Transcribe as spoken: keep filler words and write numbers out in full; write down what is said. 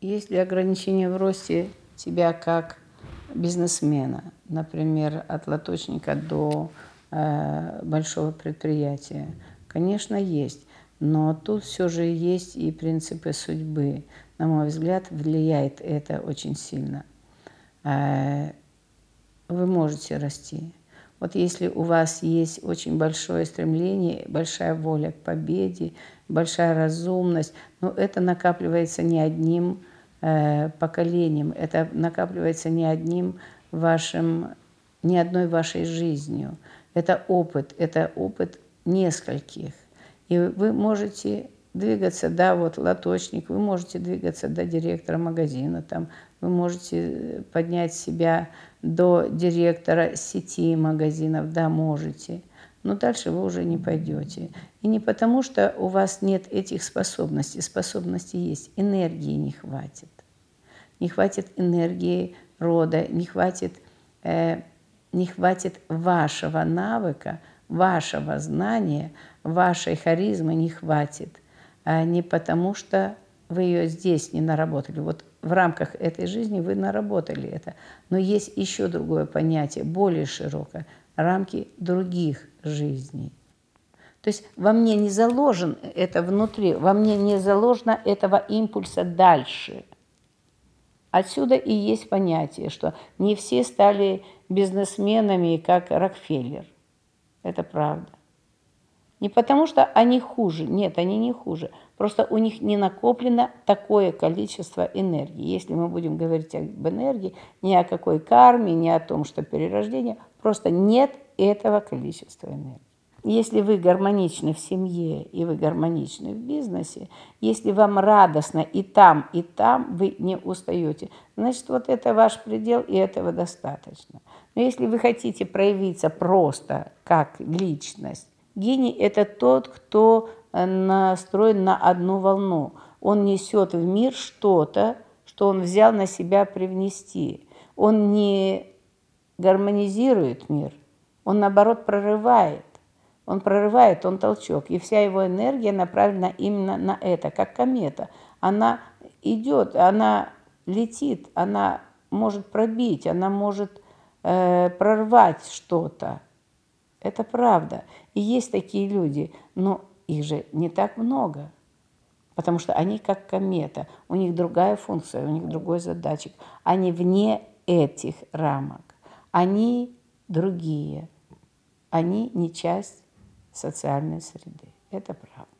Есть ли ограничения в росте тебя как бизнесмена, например, от лоточника до э, большого предприятия? Конечно, есть. Но тут все же есть и принципы судьбы. На мой взгляд, влияет это очень сильно. Э, вы можете расти. Вот если у вас есть очень большое стремление, большая воля к победе, большая разумность, но это накапливается не одним э, поколением, это накапливается не одним вашим, не одной вашей жизнью. Это опыт, это опыт нескольких. И вы можете двигаться, да, вот лоточник, вы можете двигаться до директора магазина, там, вы можете поднять себя до директора сети магазинов, да, можете. Но дальше вы уже не пойдете. И не потому, что у вас нет этих способностей. Способности есть, энергии не хватит. Не хватит энергии рода, не хватит, э, не хватит вашего навыка, вашего знания, вашей харизмы не хватит. А не потому, что вы ее здесь не наработали. Вот в рамках этой жизни вы наработали это. Но есть еще другое понятие, более широкое, рамки других жизней. То есть во мне не заложен это внутри, во мне не заложено этого импульса дальше. Отсюда и есть понятие, что не все стали бизнесменами, как Рокфеллер. Это правда. Не потому, что они хуже. Нет, они не хуже. Просто у них не накоплено такое количество энергии. Если мы будем говорить об энергии, ни о какой карме, ни о том, что перерождение, просто нет этого количества энергии. Если вы гармоничны в семье и вы гармоничны в бизнесе, если вам радостно и там, и там, вы не устаете, значит, вот это ваш предел, и этого достаточно. Но если вы хотите проявиться просто как личность, гений – это тот, кто настроен на одну волну. Он несет в мир что-то, что он взял на себя привнести. Он не гармонизирует мир, он, наоборот, прорывает. Он прорывает, он толчок. И вся его энергия направлена именно на это, как комета. Она идет, она летит, она может пробить, она может э, прорвать что-то. Это правда. И есть такие люди, но их же не так много, потому что они как комета, у них другая функция, у них другой задатчик. Они вне этих рамок, они другие, они не часть социальной среды. Это правда.